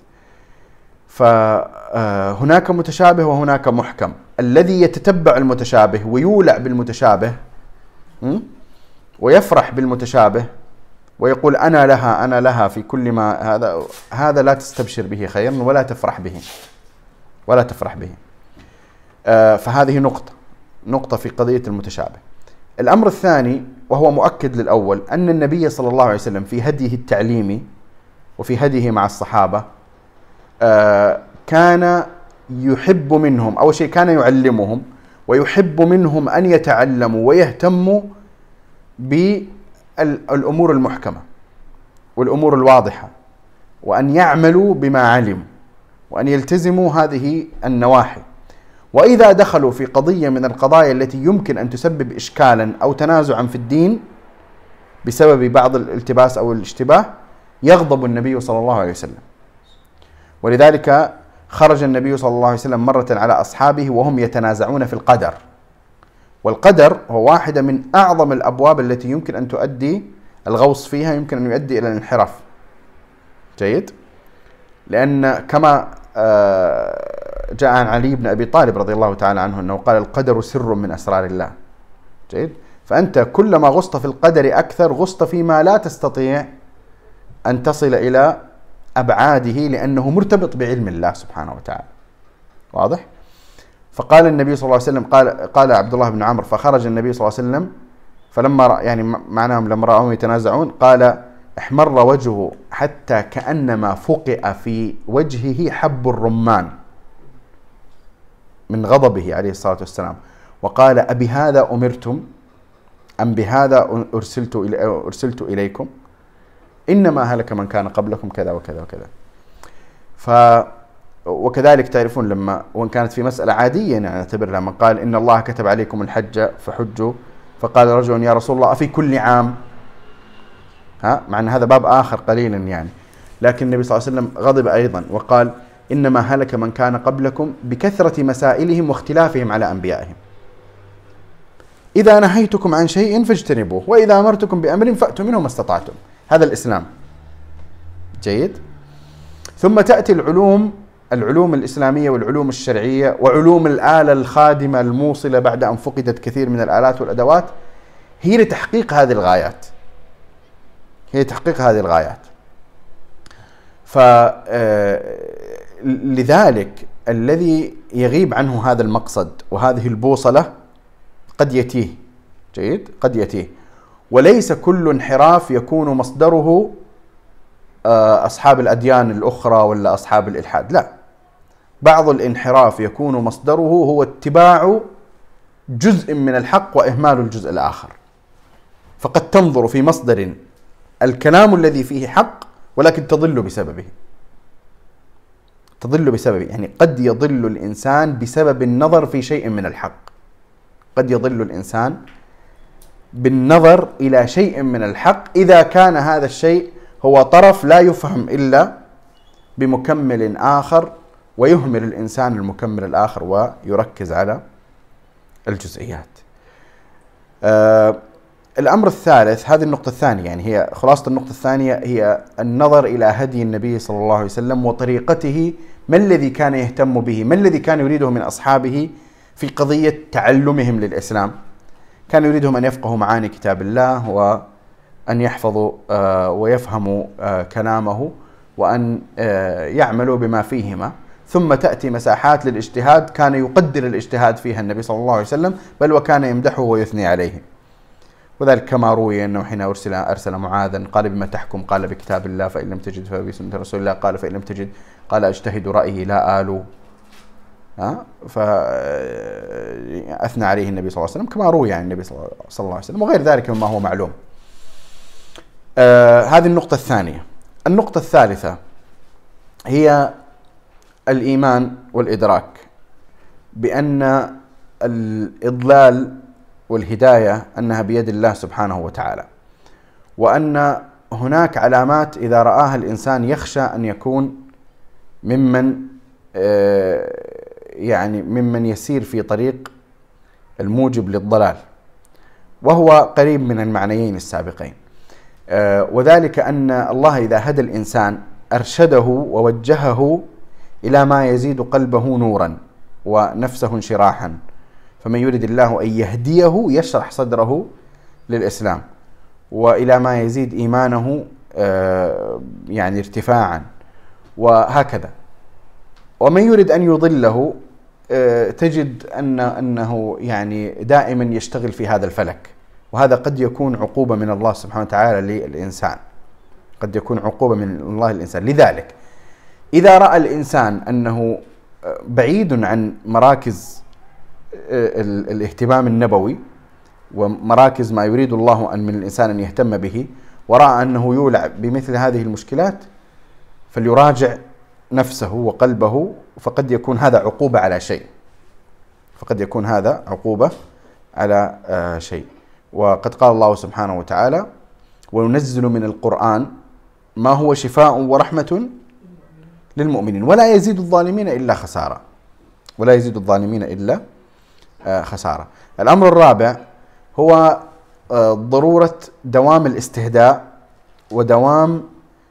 [SPEAKER 1] فهناك متشابه وهناك محكم. الذي يتتبع المتشابه ويولع بالمتشابه ويفرح بالمتشابه ويقول أنا لها في كل ما هذا لا تستبشر به خيرا ولا تفرح به. فهذه نقطة في قضية المتشابه. الأمر الثاني وهو مؤكد للأول، أن النبي صلى الله عليه وسلم في هديه التعليمي وفي هديه مع الصحابة كان يحب منهم، أول شيء كان يعلمهم ويحب منهم أن يتعلموا ويهتموا بالأمور المحكمة والأمور الواضحة، وأن يعملوا بما علموا وأن يلتزموا هذه النواحي. وإذا دخلوا في قضية من القضايا التي يمكن أن تسبب إشكالا أو تنازعا في الدين بسبب بعض الالتباس أو الاشتباه يغضب النبي صلى الله عليه وسلم. ولذلك خرج النبي صلى الله عليه وسلم مرة على أصحابه وهم يتنازعون في القدر، والقدر هو واحدة من أعظم الأبواب التي يمكن أن تؤدي الغوص فيها، يمكن أن يؤدي إلى الانحراف. جيد. لأن كما جاء عن علي بن أبي طالب رضي الله تعالى عنه أنه قال: القدر سر من أسرار الله. جيد. فأنت كلما غصت في القدر أكثر غصت فيما لا تستطيع أن تصل إلى أبعاده، لأنه مرتبط بعلم الله سبحانه وتعالى. واضح؟ فقال النبي صلى الله عليه وسلم، قال عبد الله بن عمرو: فخرج النبي صلى الله عليه وسلم فلما معناهم لما رأوهم يتنازعون قال: احمر وجهه حتى كأنما فقئ في وجهه حب الرمان من غضبه عليه الصلاة والسلام، وقال: أبهذا أمرتم أم بهذا أرسلت إليكم؟ إنما هلك من كان قبلكم كذا وكذا وكذا. وكذلك تعرفون لما وإن كانت في مسألة عادية نعتبر لما قال: إن الله كتب عليكم الحج فحجوا، فقال رجل: يا رسول الله أفي كل عام؟ مع أن هذا باب آخر قليلا لكن النبي صلى الله عليه وسلم غضب أيضا وقال: إنما هلك من كان قبلكم بكثرة مسائلهم واختلافهم على أنبيائهم. إذا نهيتكم عن شيء فاجتنبوه، وإذا أمرتكم بأمر فأتوا منه ما استطعتم. هذا الإسلام. جيد. ثم تأتي العلوم الإسلامية والعلوم الشرعية وعلوم الآلة الخادمة الموصلة بعد أن فقدت كثير من الآلات والأدوات، هي لتحقيق هذه الغايات. فلذلك الذي يغيب عنه هذا المقصد وهذه البوصلة قد يتيه. جيد. قد يتيه. وليس كل انحراف يكون مصدره أصحاب الأديان الأخرى ولا أصحاب الإلحاد، لا. بعض الانحراف يكون مصدره هو اتباع جزء من الحق وإهمال الجزء الآخر. فقد تنظر في مصدر الكلام الذي فيه حق ولكن تضل بسببه. يعني قد يضل الإنسان بسبب النظر في شيء من الحق. قد يضل الإنسان بالنظر إلى شيء من الحق إذا كان هذا الشيء هو طرف لا يفهم إلا بمكمل آخر، ويهمل الإنسان المكمل الآخر ويركز على الجزئيات. الأمر الثالث، هذه النقطة الثانية، يعني هي خلاصة النقطة الثانية هي النظر إلى هدي النبي صلى الله عليه وسلم وطريقته، ما الذي كان يهتم به، ما الذي كان يريده من أصحابه في قضية تعلمهم للإسلام. كان يريدهم أن يفقهوا معاني كتاب الله، وأن يحفظوا ويفهموا كلامه، وأن يعملوا بما فيهما. ثم تأتي مساحات للاجتهاد كان يقدر الاجتهاد فيها النبي صلى الله عليه وسلم، بل وكان يمدحه ويثني عليه. وذلك كما روي أنه حين أرسل معاذا قال: بما تحكم؟ قال: بكتاب الله، فإن لم تجد فبسنة رسول الله، قال: فإن لم تجد قال: أجتهد رأيي لا آلو. فأثنى عليه النبي صلى الله عليه وسلم كما روي عن النبي صلى الله عليه وسلم، وغير ذلك مما هو معلوم. هذه النقطة الثانية. النقطة الثالثة هي الإيمان والإدراك بأن الإضلال والهداية أنها بيد الله سبحانه وتعالى، وأن هناك علامات إذا رآها الإنسان يخشى أن يكون ممن يسير في طريق الموجب للضلال، وهو قريب من المعنيين السابقين. وذلك أن الله إذا هدى الإنسان أرشده ووجهه إلى ما يزيد قلبه نورا ونفسه انشراحا. فمن يريد الله أن يهديه يشرح صدره للإسلام، وإلى ما يزيد إيمانه ارتفاعا، وهكذا. ومن يريد أن يضله تجد أنه دائما يشتغل في هذا الفلك، وهذا قد يكون عقوبة من الله سبحانه وتعالى للإنسان، قد يكون عقوبة من الله للإنسان. لذلك إذا رأى الإنسان أنه بعيد عن مراكز الاهتمام النبوي ومراكز ما يريد الله من الإنسان أن يهتم به، ورأى أنه يولع بمثل هذه المشكلات، فليراجع نفسه وقلبه، فقد يكون هذا عقوبة على شيء، وقد قال الله سبحانه وتعالى: وننزل من القرآن ما هو شفاء ورحمة للمؤمنين ولا يزيد الظالمين إلا خسارة. الأمر الرابع هو ضرورة دوام الاستهداء ودوام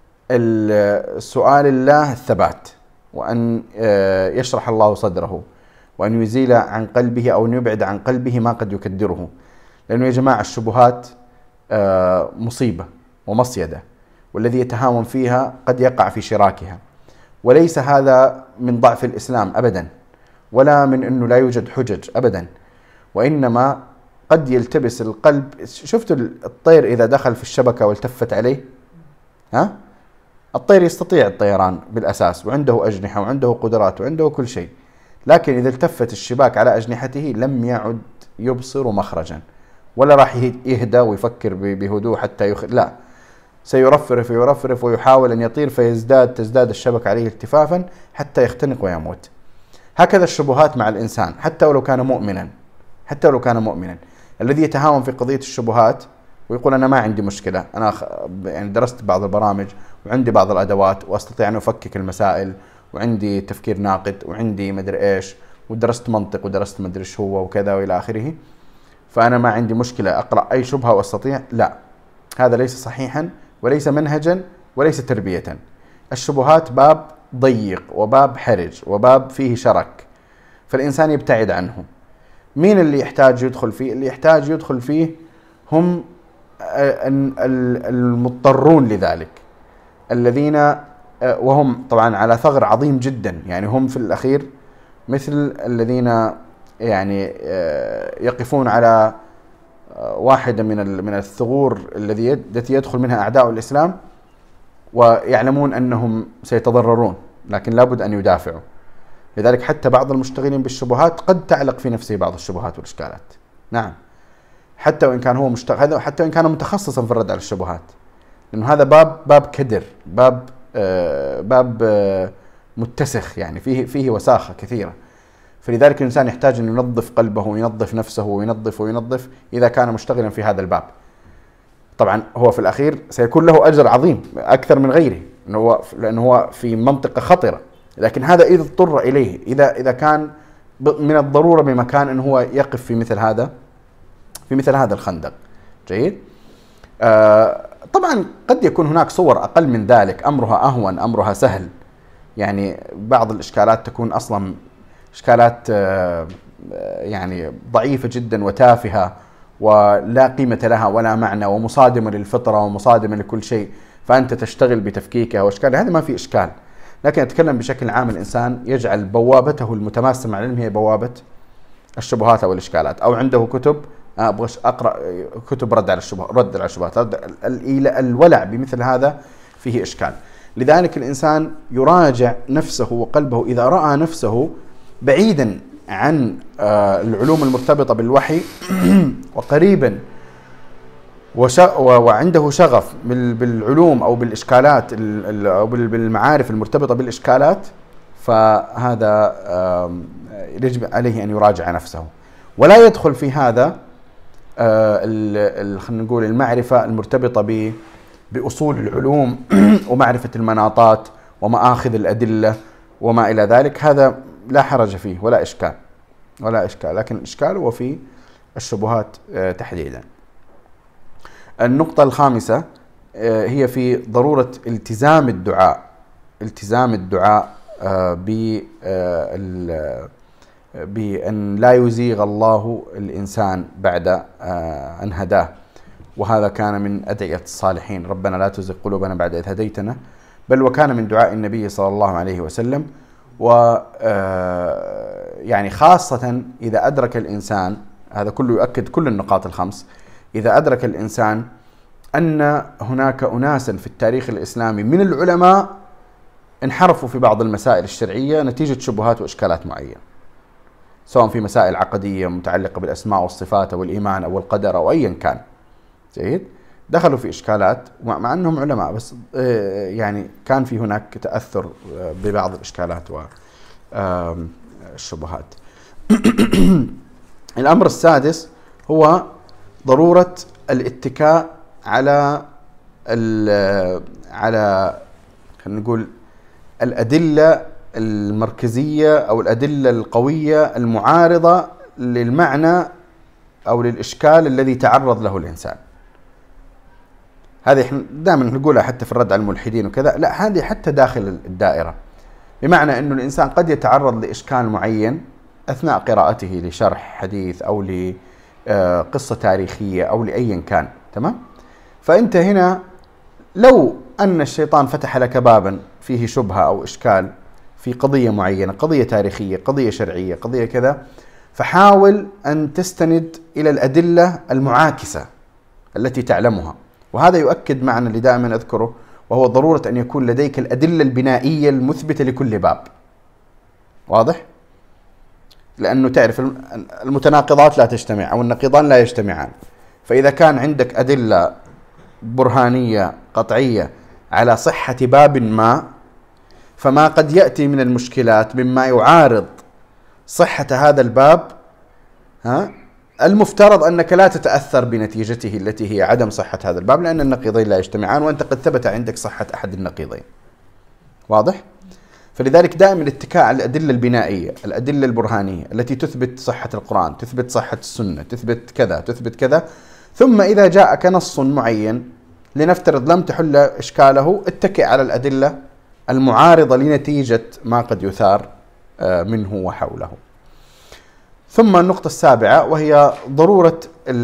[SPEAKER 1] سؤال الله الثبات، وأن يشرح الله صدره، وأن يزيل عن قلبه أو أن يبعد عن قلبه ما قد يكدره. لأنه يا جماعة الشبهات مصيبة ومصيدة، والذي يتهاون فيها قد يقع في شراكها. وليس هذا من ضعف الإسلام أبدا، ولا من أنه لا يوجد حجج أبدا، وإنما قد يلتبس القلب. شفتوا الطير إذا دخل في الشبكة والتفت عليه؟ الطير يستطيع الطيران بالأساس، وعنده أجنحة وعنده قدرات وعنده كل شيء، لكن إذا التفت الشباك على أجنحته لم يعد يبصر مخرجا، ولا راح يهدى ويفكر بهدوء حتى لا، سيرفرف ويحاول أن يطير، تزداد الشبكة عليه التفافا حتى يختنق ويموت. هكذا الشبهات مع الإنسان حتى ولو كان مؤمنا. الذي يتهاون في قضية الشبهات ويقول أنا ما عندي مشكلة، أنا درست بعض البرامج وعندي بعض الأدوات وأستطيع أن أفكك المسائل، وعندي تفكير ناقد، وعندي مدري إيش، ودرست منطق ودرست مدري إيش هو وكذا وإلى آخره، فأنا ما عندي مشكلة أقرأ أي شبهة وأستطيع. لا، هذا ليس صحيحا وليس منهجا وليس تربية. الشبهات باب ضيق وباب حرج وباب فيه شرك، فالإنسان يبتعد عنه. مين اللي يحتاج يدخل فيه؟ اللي يحتاج يدخل فيه هم المضطرون لذلك، الذين وهم طبعا على ثغر عظيم جدا، هم في الأخير مثل الذين يقفون على واحدة من الثغور التي يدخل منها أعداء الإسلام، ويعلمون أنهم سيتضررون، لكن لابد أن يدافعوا. لذلك حتى بعض المشتغلين بالشبهات قد تعلق في نفسه بعض الشبهات والإشكالات. نعم، حتى وإن كان هو حتى وإن كان متخصصا في الرد على الشبهات، لأنه هذا باب كدر، باب متسخ، يعني فيه وساخة كثيرة. فلذلك الإنسان يحتاج أن ينظف قلبه وينظف نفسه وينظف إذا كان مشتغلا في هذا الباب. طبعا هو في الأخير سيكون له أجر عظيم أكثر من غيره، لأنه هو في منطقة خطرة. لكن هذا إذا اضطر إليه، إذا كان من الضرورة بمكان أنه هو يقف في مثل هذا الخندق. جيد. طبعا قد يكون هناك صور أقل من ذلك، أمرها أهون، أمرها سهل. يعني بعض الإشكالات تكون أصلا إشكالات يعني ضعيفة جدا وتافهة ولا قيمة لها ولا معنى، ومصادمة للفطرة ومصادمة لكل شيء، فأنت تشتغل بتفكيكها وإشكالها، هذا ما في إشكال. لكن أتكلم بشكل عام، الإنسان يجعل بوابته المتماسة مع العلم هي بوابة الشبهات أو الإشكالات، أو عنده كتب، أبغى أقرأ كتب رد على الشبهات، الولع بمثل هذا فيه إشكال. لذلك الإنسان يراجع نفسه وقلبه إذا رأى نفسه بعيدا عن العلوم المرتبطة بالوحي وقريبا وعنده شغف بالعلوم أو بالإشكالات أو بالمعارف المرتبطة بالإشكالات، فهذا يجب عليه أن يراجع نفسه، ولا يدخل في هذا خلينا نقول المعرفة المرتبطة بأصول العلوم ومعرفة المناطات ومآخذ الأدلة وما إلى ذلك. هذا لا حرج فيه ولا إشكال، لكن الإشكال هو في الشبهات تحديدا. النقطة الخامسة هي في ضرورة التزام الدعاء بأن لا يزيغ الله الإنسان بعد أن هداه، وهذا كان من أدعية الصالحين: ربنا لا تزغ قلوبنا بعد إذ هديتنا. بل وكان من دعاء النبي صلى الله عليه وسلم، يعني خاصة إذا أدرك الإنسان، هذا كله يؤكد كل النقاط الخمس، إذا أدرك الإنسان أن هناك أناسا في التاريخ الإسلامي من العلماء انحرفوا في بعض المسائل الشرعية نتيجة شبهات وإشكالات معينة، سواء في مسائل عقدية متعلقة بالأسماء والصفات أو الإيمان أو القدر أو أيا كان. جيد. دخلوا في إشكالات مع أنهم علماء، بس يعني كان في هناك تأثر ببعض الإشكالات والشبهات. الأمر السادس هو ضرورة الاتكاء على خلينا نقول الأدلة المركزية أو الأدلة القوية المعارضة للمعنى أو للإشكال الذي تعرض له الإنسان. هذه احنا دائما نقولها حتى في الرد على الملحدين وكذا، لا، هذه حتى داخل الدائرة، بمعنى أنه الإنسان قد يتعرض لإشكال معين أثناء قراءته لشرح حديث أو لقصة تاريخية أو لأيا كان، تمام؟ فأنت هنا لو أن الشيطان فتح لك بابا فيه شبهة أو إشكال في قضية معينة، قضية تاريخية، قضية شرعية، قضية كذا، فحاول أن تستند إلى الأدلة المعاكسة التي تعلمها. وهذا يؤكد معنى اللي دائما أذكره، وهو ضرورة أن يكون لديك الأدلة البنائية المثبتة لكل باب. واضح؟ لأنه تعرف المتناقضات لا تجتمع أو النقيضان لا يجتمعان، فإذا كان عندك أدلة برهانية قطعية على صحة باب ما، فما قد يأتي من المشكلات مما يعارض صحة هذا الباب، المفترض أنك لا تتأثر بنتيجته التي هي عدم صحة هذا الباب، لأن النقيضين لا يجتمعان وأنت قد ثبت عندك صحة أحد النقيضين. واضح؟ فلذلك دائما الاتكاء على الأدلة البنائية، الأدلة البرهانية التي تثبت صحة القرآن، تثبت صحة السنة، تثبت كذا تثبت كذا، ثم إذا جاءك نص معين لنفترض لم تحل إشكاله، اتكئ على الأدلة المعارضة لنتيجة ما قد يثار منه وحوله. ثم النقطة السابعة وهي ضرورة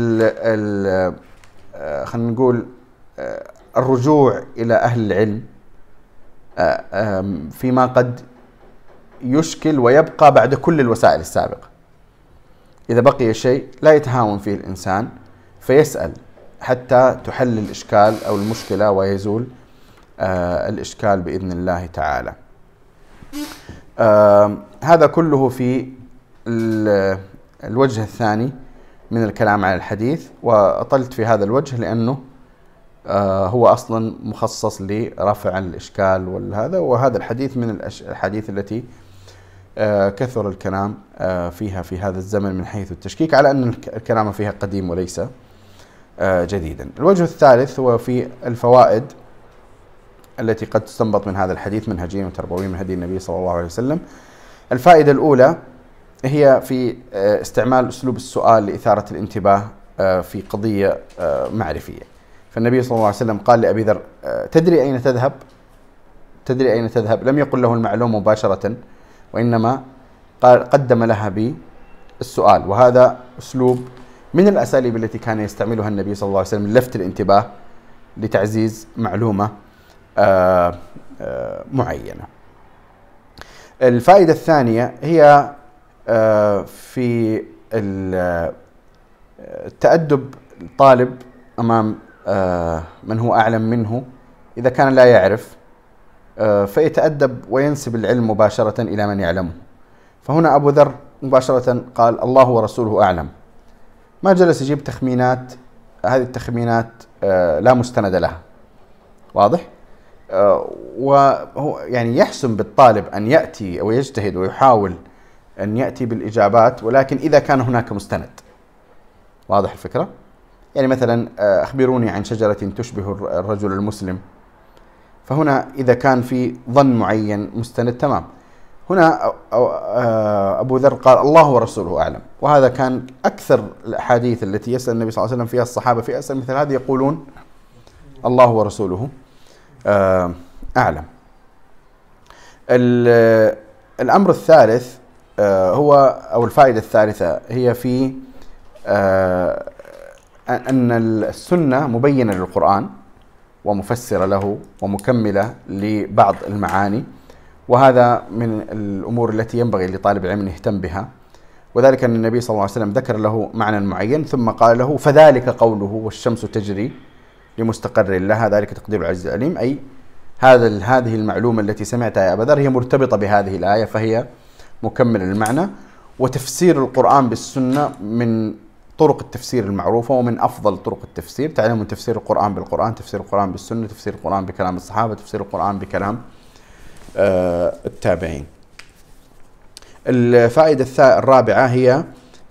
[SPEAKER 1] خلينا نقول الرجوع إلى أهل العلم فيما قد يشكل ويبقى بعد كل الوسائل السابقة. إذا بقي شيء لا يتهاون فيه الإنسان فيسأل حتى تحل الإشكال أو المشكلة ويزول الإشكال بإذن الله تعالى. هذا كله في الوجه الثاني من الكلام على الحديث، وأطلت في هذا الوجه لأنه هو أصلا مخصص لرفع الإشكال وهذا الحديث من الحديث التي كثر الكلام فيها في هذا الزمن من حيث التشكيك، على أن الكلام فيها قديم وليس جديدا. الوجه الثالث هو في الفوائد التي قد تستنبط من هذا الحديث منهجيا وتربويا من هدي النبي صلى الله عليه وسلم. الفائدة الأولى هي في استعمال أسلوب السؤال لإثارة الانتباه في قضية معرفية. فالنبي صلى الله عليه وسلم قال لأبي ذر: تدري أين تذهب؟ تدري أين تذهب؟ لم يقل له المعلوم مباشرة، وإنما قدم لها بالسؤال، وهذا أسلوب من الأساليب التي كان يستعملها النبي صلى الله عليه وسلم للفت الانتباه لتعزيز معلومة معينة. الفائدة الثانية هي في التأدب الطالب أمام من هو أعلم منه إذا كان لا يعرف، فيتأدب وينسب العلم مباشرة إلى من يعلمه. فهنا أبو ذر مباشرة قال: الله ورسوله أعلم. ما جلس يجيب تخمينات، هذه التخمينات لا مستند لها. واضح؟ وهو يعني يحسن بالطالب أن يأتي ويجتهد ويحاول أن يأتي بالإجابات، ولكن إذا كان هناك مستند. واضح الفكرة؟ يعني مثلا أخبروني عن شجرة تشبه الرجل المسلم، فهنا إذا كان في ظن معين مستند تمام. هنا أبو ذر قال: الله ورسوله أعلم، وهذا كان أكثر الأحاديث التي يسأل النبي صلى الله عليه وسلم فيها الصحابة في أسئلة مثل هذه يقولون: الله ورسوله أعلم. الأمر الثالث هو أو الفائدة الثالثة هي في أن السنة مبينة للقرآن ومفسرة له ومكملة لبعض المعاني، وهذا من الأمور التي ينبغي لطالب العلم أن يهتم بها. وذلك أن النبي صلى الله عليه وسلم ذكر له معنى معين ثم قال له: فذلك قوله والشمس تجري لمستقر لها، ذلك تقدير العزيز العليم. أي هذه المعلومة التي سمعتها يا أبا ذر هي مرتبطة بهذه الآية، فهي مكملة للمعنى. وتفسير القرآن بالسنة من طرق التفسير المعروفة ومن أفضل طرق التفسير. تعلمون تفسير القرآن بالقرآن، تفسير القرآن بالسنة، تفسير القرآن بكلام الصحابة، تفسير القرآن بكلام التابعين. الفائدة الرابعة هي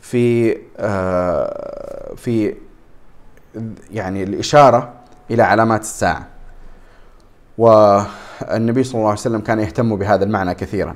[SPEAKER 1] في يعني الإشارة إلى علامات الساعة، والنبي صلى الله عليه وسلم كان يهتم بهذا المعنى كثيرا،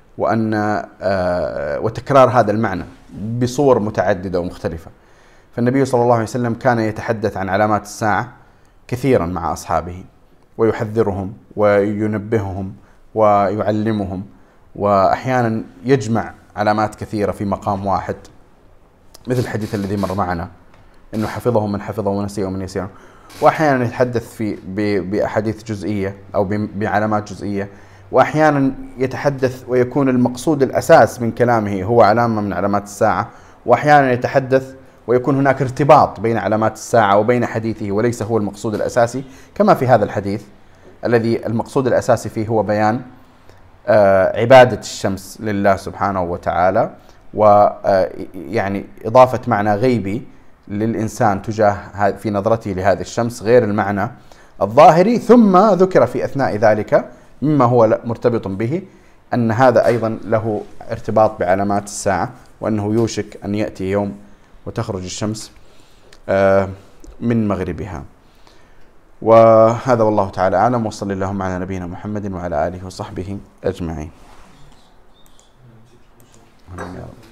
[SPEAKER 1] وتكرار هذا المعنى بصور متعددة ومختلفة. فالنبي صلى الله عليه وسلم كان يتحدث عن علامات الساعة كثيرا مع أصحابه، ويحذرهم وينبههم ويعلمهم، وأحيانا يجمع علامات كثيرة في مقام واحد، مثل الحديث الذي مر معنا إنه حفظه من حفظه ونسيه من يسيره. وأحيانا يتحدث بأحاديث جزئية أو بعلامات جزئية، وأحيانا يتحدث ويكون المقصود الأساس من كلامه هو علامة من علامات الساعة، وأحيانا يتحدث ويكون هناك ارتباط بين علامات الساعة وبين حديثه وليس هو المقصود الأساسي، كما في هذا الحديث الذي المقصود الأساسي فيه هو بيان عبادة الشمس لله سبحانه وتعالى، ويعني إضافة معنى غيبي للإنسان تجاه في نظرته لهذه الشمس غير المعنى الظاهري. ثم ذكر في أثناء ذلك مما هو مرتبط به أن هذا أيضا له ارتباط بعلامات الساعة، وأنه يوشك أن يأتي يوم وتخرج الشمس من مغربها. وهذا والله تعالى أعلم، وصلى اللهم على نبينا محمد وعلى آله وصحبه أجمعين.